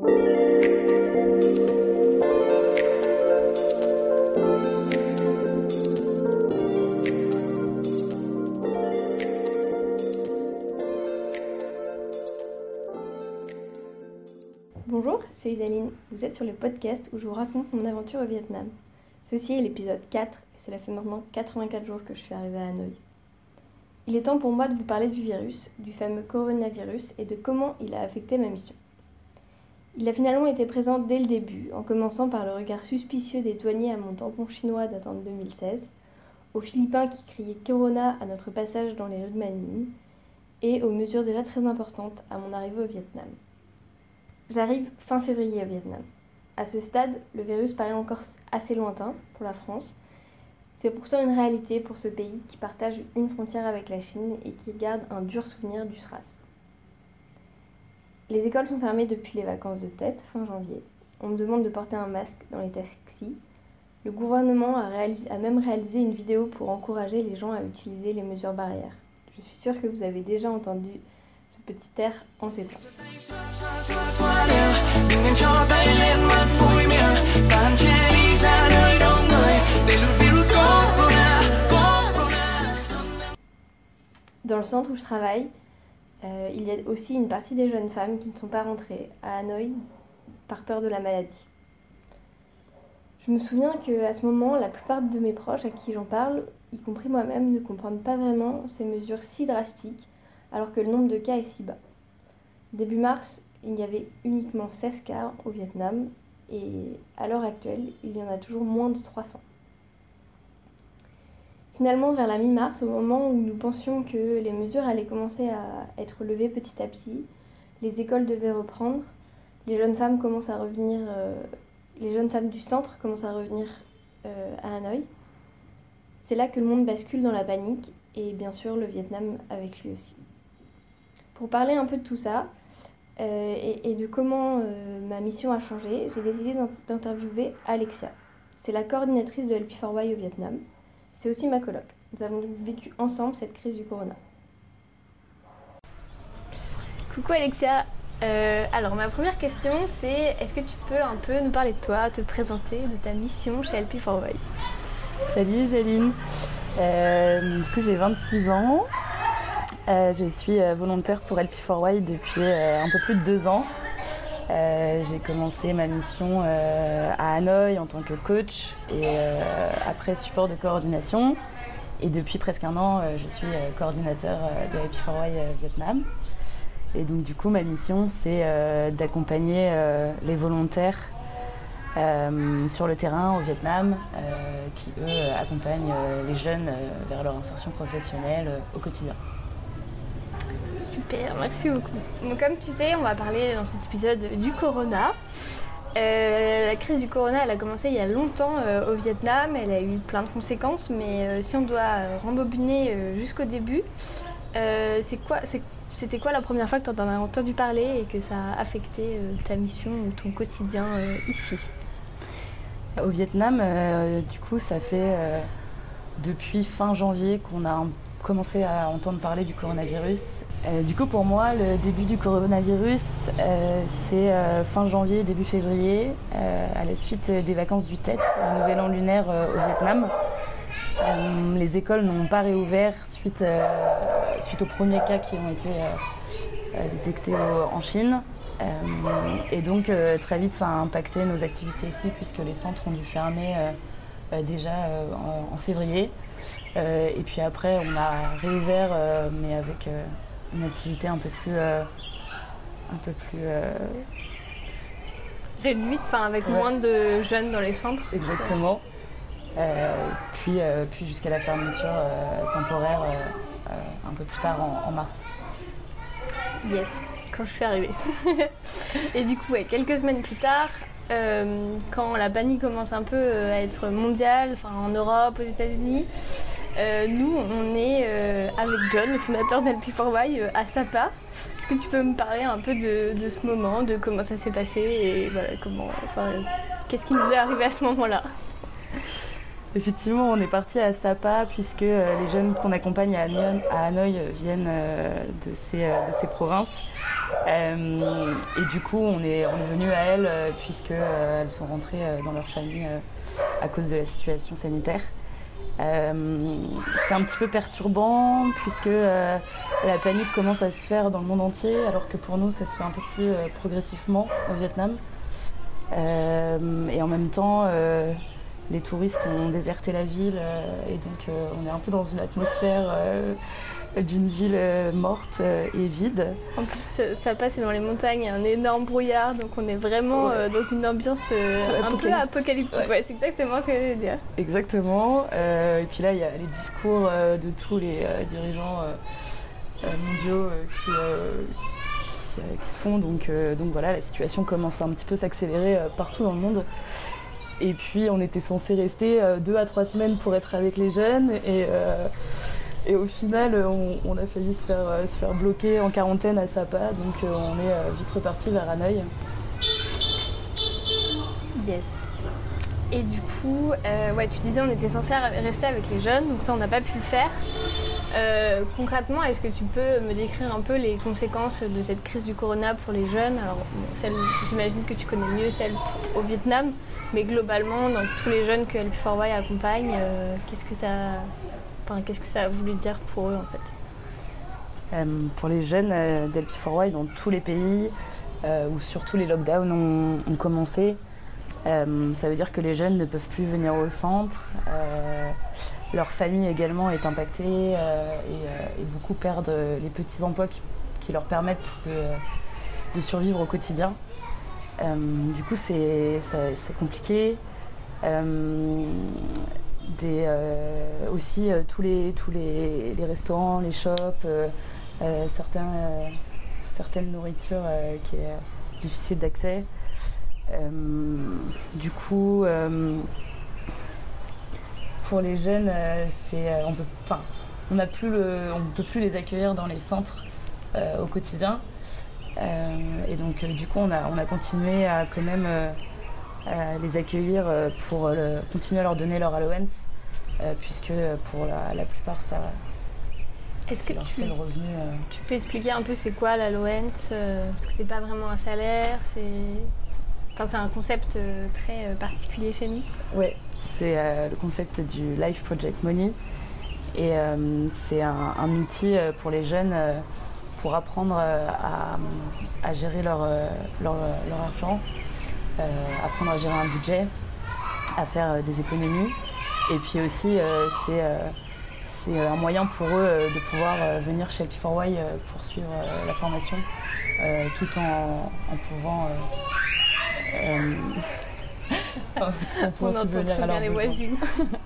Bonjour, c'est Isaline. Vous êtes sur le podcast où je vous raconte mon aventure au Vietnam. Ceci est l'épisode 4 et cela fait maintenant 84 jours que je suis arrivée à Hanoï. Il est temps pour moi de vous parler du virus, du fameux coronavirus et de comment il a affecté ma mission. Il a finalement été présent dès le début, en commençant par le regard suspicieux des douaniers à mon tampon chinois datant de 2016, aux Philippins qui criaient Corona à notre passage dans les rues de Manille, et aux mesures déjà très importantes à mon arrivée au Vietnam. J'arrive fin février au Vietnam. À ce stade, le virus paraît encore assez lointain pour la France. C'est pourtant une réalité pour ce pays qui partage une frontière avec la Chine et qui garde un dur souvenir du SRAS. Les écoles sont fermées depuis les vacances de Tết, fin janvier. On me demande de porter un masque dans les taxis. Le gouvernement a même réalisé une vidéo pour encourager les gens à utiliser les mesures barrières. Je suis sûre que vous avez déjà entendu ce petit air entêtant. Dans le centre où je travaille, il y a aussi une partie des jeunes femmes qui ne sont pas rentrées à Hanoï par peur de la maladie. Je me souviens qu'à ce moment, la plupart de mes proches à qui j'en parle, y compris moi-même, ne comprennent pas vraiment ces mesures si drastiques alors que le nombre de cas est si bas. Début mars, il y avait uniquement 16 cas au Vietnam et à l'heure actuelle, il y en a toujours moins de 300. Finalement, vers la mi-mars, au moment où nous pensions que les mesures allaient commencer à être levées petit à petit, les écoles devaient reprendre, les jeunes femmes du centre commencent à revenir à Hanoï. C'est là que le monde bascule dans la panique et bien sûr le Vietnam avec lui aussi. Pour parler un peu de tout ça et de comment ma mission a changé, j'ai décidé d'interviewer Alexia. C'est la coordinatrice de LP4Y au Vietnam. C'est aussi ma coloc. Nous avons vécu ensemble cette crise du corona. Coucou Alexia. Alors ma première question c'est, est-ce que tu peux un peu nous parler de toi, te présenter, de ta mission chez LP4Y? Salut Zéline. Du coup j'ai 26 ans. Je suis volontaire pour LP4Y depuis un peu plus de 2 ans. J'ai commencé ma mission à Hanoï en tant que coach et après support de coordination. Et depuis presque 1 an, je suis coordinateur de LP4Y Vietnam. Et donc du coup, ma mission, c'est d'accompagner les volontaires sur le terrain au Vietnam qui, eux, accompagnent les jeunes vers leur insertion professionnelle au quotidien. Super, merci beaucoup. Donc, comme tu sais, on va parler dans cet épisode du corona. La crise du corona, elle a commencé il y a longtemps au Vietnam, elle a eu plein de conséquences, mais si on doit rembobiner jusqu'au début, c'était quoi la première fois que tu en as entendu parler et que ça a affecté ta mission ou ton quotidien ici? Au Vietnam, du coup, ça fait depuis fin janvier qu'on a commencé à entendre parler du coronavirus. Du coup, pour moi, le début du coronavirus, c'est fin janvier, début février, à la suite des vacances du Tết, le nouvel an lunaire au Vietnam. Les écoles n'ont pas réouvert suite aux premiers cas qui ont été détectés en Chine. Et donc, très vite, ça a impacté nos activités ici, puisque les centres ont dû fermer déjà en février. Et puis après, on a réouvert, mais avec une activité un peu plus réduite, avec moins de jeunes dans les centres. Exactement. Puis jusqu'à la fermeture temporaire un peu plus tard en mars. Yes, quand je suis arrivée. Et du coup, quelques semaines plus tard, quand la panique commence un peu à être mondiale, en Europe, aux États-Unis, nous, on est avec John, le fondateur d'LP4Y, à Sapa. Est-ce que tu peux me parler un peu de ce moment, de comment ça s'est passé et voilà, qu'est-ce qui nous est arrivé à ce moment-là? Effectivement, on est parti à Sapa puisque les jeunes qu'on accompagne à Hanoï viennent de ces provinces. Et du coup, on est venu à elles puisqu'elles sont rentrées dans leur famille à cause de la situation sanitaire. C'est un petit peu perturbant puisque la panique commence à se faire dans le monde entier, alors que pour nous, ça se fait un peu plus progressivement au Vietnam. Et en même temps, les touristes ont déserté la ville et donc on est un peu dans une atmosphère d'une ville morte et vide. En plus, Sapa, c'est dans les montagnes, il y a un énorme brouillard, donc on est vraiment dans une ambiance un peu apocalyptique. Ouais, c'est exactement ce que j'allais dire. Exactement. Et puis là, il y a les discours de tous les dirigeants mondiaux qui se font. Donc voilà, la situation commence à un petit peu s'accélérer partout dans le monde. Et puis on était censé rester 2 à 3 semaines pour être avec les jeunes et au final on a failli se faire bloquer en quarantaine à Sapa, donc on est vite reparti vers Hanoï. Yes. Et du coup, tu disais on était censé rester avec les jeunes, donc ça on n'a pas pu le faire. Concrètement, est-ce que tu peux me décrire un peu les conséquences de cette crise du corona pour les jeunes? Alors, j'imagine que tu connais mieux celle au Vietnam, mais globalement, dans tous les jeunes que Help4Why accompagne, qu'est-ce que ça a voulu dire pour eux en fait? Pour les jeunes d'Help4Why dans tous les pays, où surtout les lockdowns ont commencé, ça veut dire que les jeunes ne peuvent plus venir au centre. Leur famille également est impactée et beaucoup perdent les petits emplois qui leur permettent de survivre au quotidien. Du coup, c'est compliqué. Aussi, tous les restaurants, les shops, certaines nourritures qui est difficile d'accès. Du coup, pour les jeunes, on ne peut plus les accueillir dans les centres au quotidien. Et donc, du coup, on a continué à quand même les accueillir pour continuer à leur donner leur allowance, puisque pour la plupart, ça c'est leur seul revenu. Tu peux expliquer un peu c'est quoi l'allowance, parce que c'est pas vraiment un salaire, c'est un concept très particulier chez nous. Oui, c'est le concept du Life Project Money. Et c'est un outil pour les jeunes pour apprendre à gérer leur argent, apprendre à gérer un budget, à faire des économies. Et puis aussi, c'est un moyen pour eux de pouvoir venir chez Help4Why poursuivre la formation tout en pouvant... on entend très bien les voisines.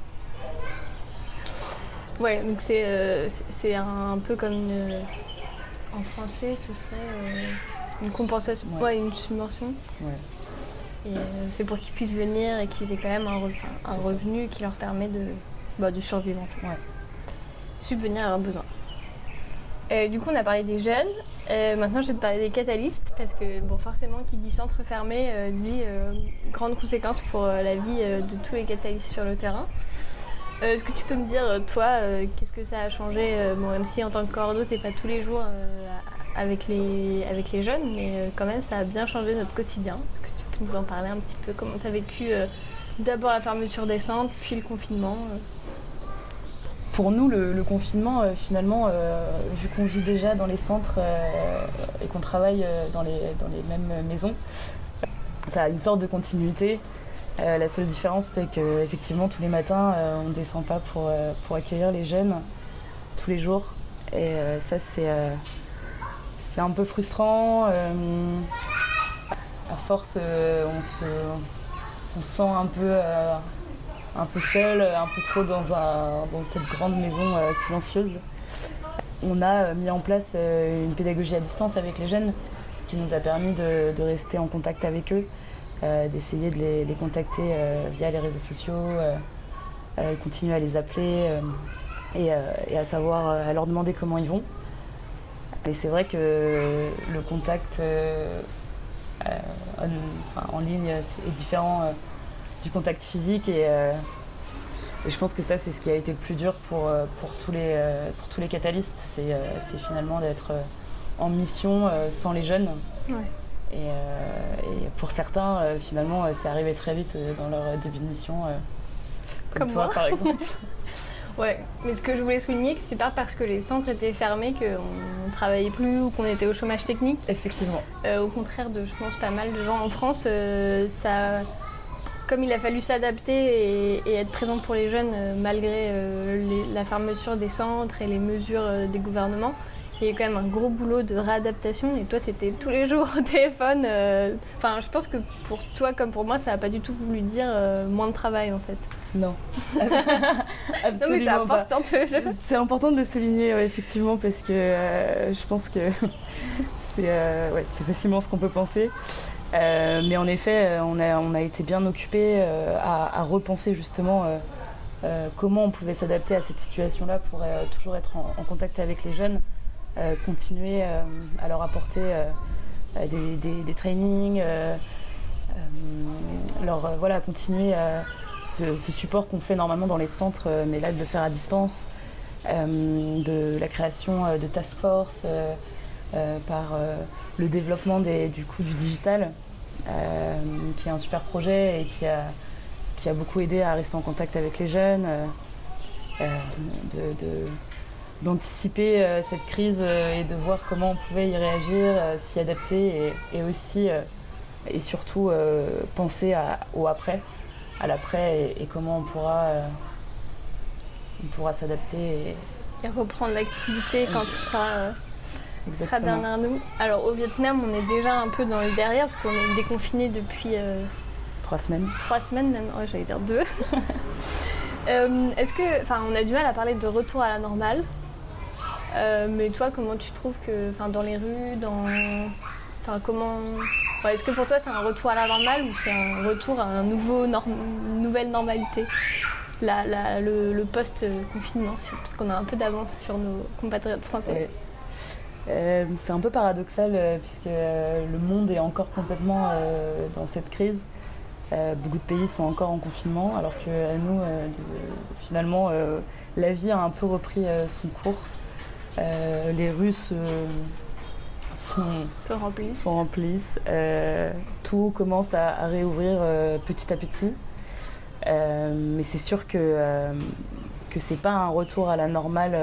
Ouais, donc c'est un peu comme en français, ce serait une compensation, une subvention. Ouais. Et c'est pour qu'ils puissent venir et qu'ils aient quand même un revenu qui leur permet de survivre en fait. Ouais. Subvenir à leurs besoins. Du coup, on a parlé des jeunes. Maintenant, je vais te parler des catalystes parce que, forcément, qui dit centre fermé dit grandes conséquences pour la vie de tous les catalystes sur le terrain. Est-ce que tu peux me dire, toi, qu'est-ce que ça a changé même si en tant que cordeau, t'es pas tous les jours avec les jeunes, mais quand même, ça a bien changé notre quotidien. Est-ce que tu peux nous en parler un petit peu? Comment tu as vécu d'abord la fermeture des centres, puis le confinement Pour nous, le confinement, finalement, vu qu'on vit déjà dans les centres et qu'on travaille dans les mêmes maisons, ça a une sorte de continuité. La seule différence, c'est qu'effectivement, tous les matins, on ne descend pas pour accueillir les jeunes tous les jours. Et ça, c'est un peu frustrant. À force, on se sent un peu seul, un peu trop dans cette grande maison silencieuse. On a mis en place une pédagogie à distance avec les jeunes, ce qui nous a permis de rester en contact avec eux, d'essayer de les contacter via les réseaux sociaux, continuer à les appeler et à leur demander comment ils vont. Et c'est vrai que le contact en ligne est différent du contact physique et Et je pense que ça, c'est ce qui a été le plus dur pour tous les catalystes, c'est finalement d'être en mission sans les jeunes. Ouais. Et pour certains, finalement, c'est arrivé très vite dans leur début de mission, comme toi, moi. par exemple. Ouais, mais ce que je voulais souligner, c'est pas parce que les centres étaient fermés qu'on travaillait plus ou qu'on était au chômage technique. Effectivement. Au contraire de, je pense, pas mal de gens en France, comme il a fallu s'adapter et être présent pour les jeunes malgré la fermeture des centres et les mesures des gouvernements, il y a eu quand même un gros boulot de réadaptation. Et toi, tu étais tous les jours au téléphone. Enfin, je pense que pour toi comme pour moi, ça n'a pas du tout voulu dire moins de travail en fait. Non. Absolument non, mais c'est important. C'est important de le souligner, ouais, effectivement, parce que je pense que c'est facilement ce qu'on peut penser. Mais en effet, on a été bien occupés à repenser justement comment on pouvait s'adapter à cette situation-là pour toujours être en contact avec les jeunes, continuer à leur apporter des trainings, continuer ce support qu'on fait normalement dans les centres, mais là de le faire à distance, de la création de task force, par le développement du digital, qui est un super projet et qui a beaucoup aidé à rester en contact avec les jeunes, d'anticiper cette crise et de voir comment on pouvait y réagir, s'y adapter et aussi et surtout penser à l'après et comment on pourra s'adapter et reprendre l'activité quand tout sera derrière nous. Alors au Vietnam, on est déjà un peu dans le derrière parce qu'on est déconfiné depuis 3 semaines. 3 semaines même, oh, j'allais dire 2. On a du mal à parler de retour à la normale. Mais toi, comment tu trouves que, dans les rues, est-ce que pour toi c'est un retour à la normale ou c'est un retour à une nouvelle normalité, le post-confinement, parce qu'on a un peu d'avance sur nos compatriotes français. Ouais. C'est un peu paradoxal puisque le monde est encore complètement dans cette crise. Beaucoup de pays sont encore en confinement alors que nous, finalement, la vie a un peu repris son cours. Les rues se remplissent. Tout commence à réouvrir petit à petit. Mais c'est sûr que c'est pas un retour à la normale.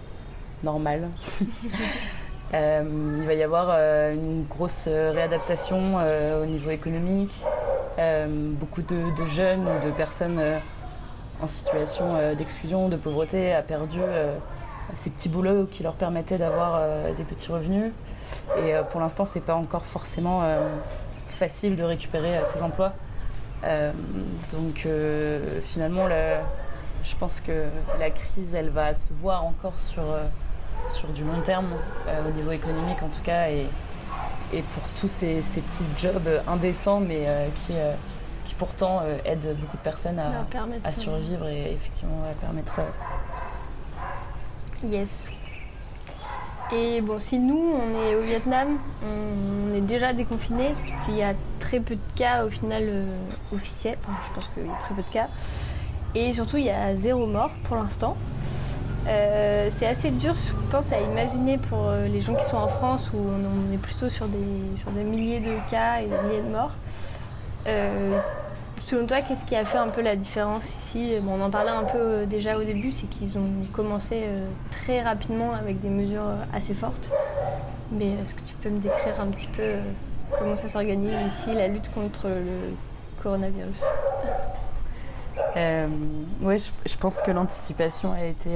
Il va y avoir une grosse réadaptation au niveau économique. Beaucoup de jeunes ou de personnes en situation d'exclusion, de pauvreté, a perdu ces petits boulots qui leur permettaient d'avoir des petits revenus. Et pour l'instant, c'est pas encore forcément facile de récupérer ces emplois. Donc finalement, je pense que la crise, elle va se voir encore sur du long terme, au niveau économique en tout cas, et pour tous ces petits jobs indécents, mais qui pourtant aident beaucoup de personnes à survivre et effectivement à permettre... Yes. Et bon, si nous, on est au Vietnam, on est déjà déconfinés, c'est parce qu'il y a très peu de cas au final officiels. Enfin, je pense qu'il y a très peu de cas. Et surtout, il y a 0 mort pour l'instant. C'est assez dur, je pense, à imaginer pour les gens qui sont en France où on est plutôt sur des milliers de cas et des milliers de morts. Selon toi, qu'est-ce qui a fait un peu la différence ici ? Bon, on en parlait un peu déjà au début, c'est qu'ils ont commencé très rapidement avec des mesures assez fortes. Mais est-ce que tu peux me décrire un petit peu comment ça s'organise ici, la lutte contre le coronavirus ? Oui, je pense que l'anticipation a été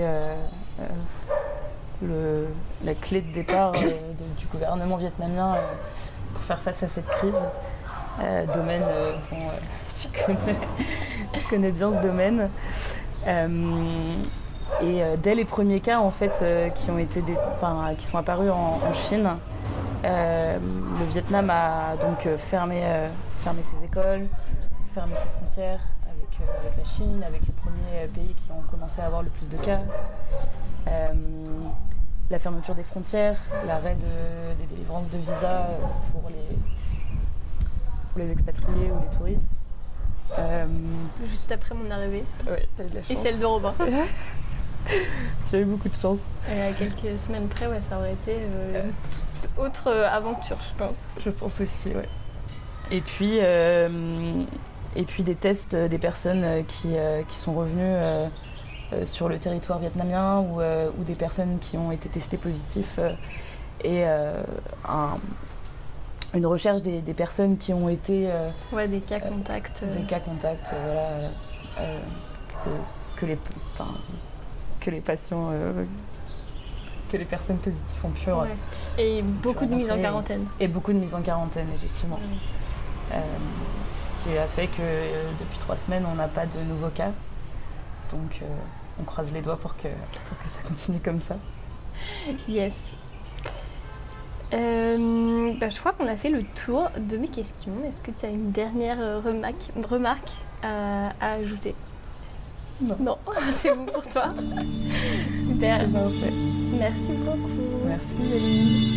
la clé de départ du gouvernement vietnamien pour faire face à cette crise. Domaine dont tu connais bien ce domaine. Et dès les premiers cas en fait, qui sont apparus en Chine, le Vietnam a donc fermé ses écoles, fermé ses frontières avec la Chine, avec les premiers pays qui ont commencé à avoir le plus de cas. La fermeture des frontières, l'arrêt des délivrances de visas pour les expatriés ou les touristes. Juste après mon arrivée. Ouais, t'as eu de la chance. Et celle de Robin. Tu as eu beaucoup de chance. Et à quelques semaines près, ouais, ça aurait été une toute autre aventure, je pense. Je pense aussi, ouais. Et puis des tests des personnes qui sont revenues sur le territoire vietnamien ou des personnes qui ont été testées positives et une recherche des personnes qui ont été... ouais, des cas contacts. Des cas contacts, voilà, que les patients... que les personnes positives ont pu... Ouais. Et beaucoup de mise en quarantaine. Et beaucoup de mise en quarantaine, effectivement. Ouais. Ce qui a fait que depuis 3 semaines, on n'a pas de nouveaux cas. Donc, on croise les doigts pour que ça continue comme ça. Yes. Je crois qu'on a fait le tour de mes questions. Est-ce que tu as une dernière remarque à ajouter ? Non, c'est bon pour toi. Super. C'est parfait. Merci beaucoup. Merci Eline.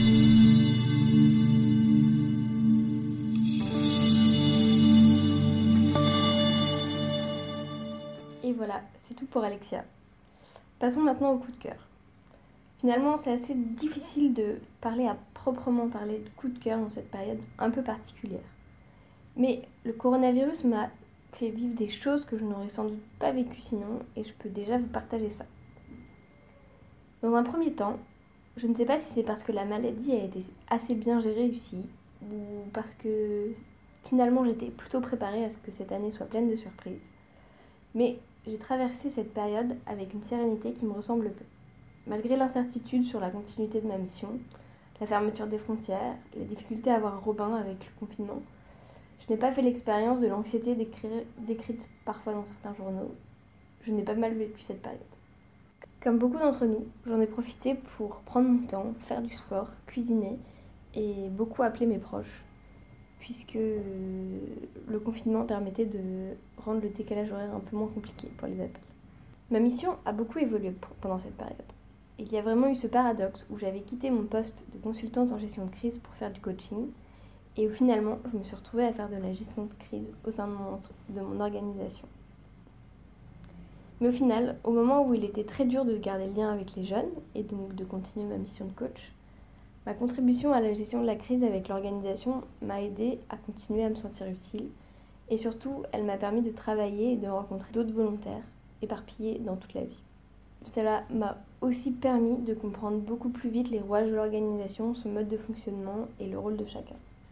Et voilà, c'est tout pour Alexia. Passons maintenant au coup de cœur. Finalement, c'est assez difficile de proprement parler de coup de cœur dans cette période un peu particulière. Mais le coronavirus m'a fait vivre des choses que je n'aurais sans doute pas vécues sinon, et je peux déjà vous partager ça. Dans un premier temps, je ne sais pas si c'est parce que la maladie a été assez bien gérée ici, ou parce que finalement j'étais plutôt préparée à ce que cette année soit pleine de surprises. Mais j'ai traversé cette période avec une sérénité qui me ressemble peu. Malgré l'incertitude sur la continuité de ma mission, la fermeture des frontières, les difficultés à voir Robin avec le confinement, je n'ai pas fait l'expérience de l'anxiété décrite parfois dans certains journaux. Je n'ai pas mal vécu cette période. Comme beaucoup d'entre nous, j'en ai profité pour prendre mon temps, faire du sport, cuisiner et beaucoup appeler mes proches, puisque le confinement permettait de rendre le décalage horaire un peu moins compliqué pour les appels. Ma mission a beaucoup évolué pendant cette période. Il y a vraiment eu ce paradoxe où j'avais quitté mon poste de consultante en gestion de crise pour faire du coaching, et où finalement je me suis retrouvée à faire de la gestion de crise au sein de mon organisation. Mais au final, au moment où il était très dur de garder le lien avec les jeunes, et donc de continuer ma mission de coach, ma contribution à la gestion de la crise avec l'organisation m'a aidée à continuer à me sentir utile, et surtout, elle m'a permis de travailler et de rencontrer d'autres volontaires, éparpillés dans toute l'Asie. Cela m'a aussi permis de comprendre beaucoup plus vite les rouages de l'organisation, son mode de fonctionnement et le rôle de chacun.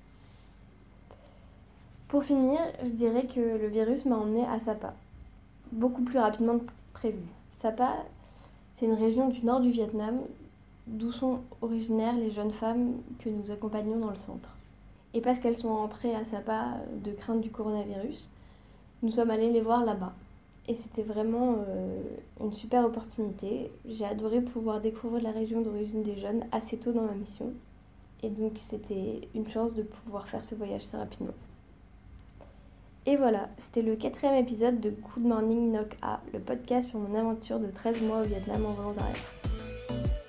Pour finir, je dirais que le virus m'a emmenée à Sapa, beaucoup plus rapidement que prévu. Sapa, c'est une région du nord du Vietnam, d'où sont originaires les jeunes femmes que nous accompagnons dans le centre. Et parce qu'elles sont rentrées à Sapa de crainte du coronavirus, nous sommes allés les voir là-bas. Et c'était vraiment une super opportunité. J'ai adoré pouvoir découvrir la région d'origine des jeunes assez tôt dans ma mission. Et donc c'était une chance de pouvoir faire ce voyage si rapidement. Et voilà, c'était le 4e épisode de Good Morning Nok A, le podcast sur mon aventure de 13 mois au Vietnam en volontariat.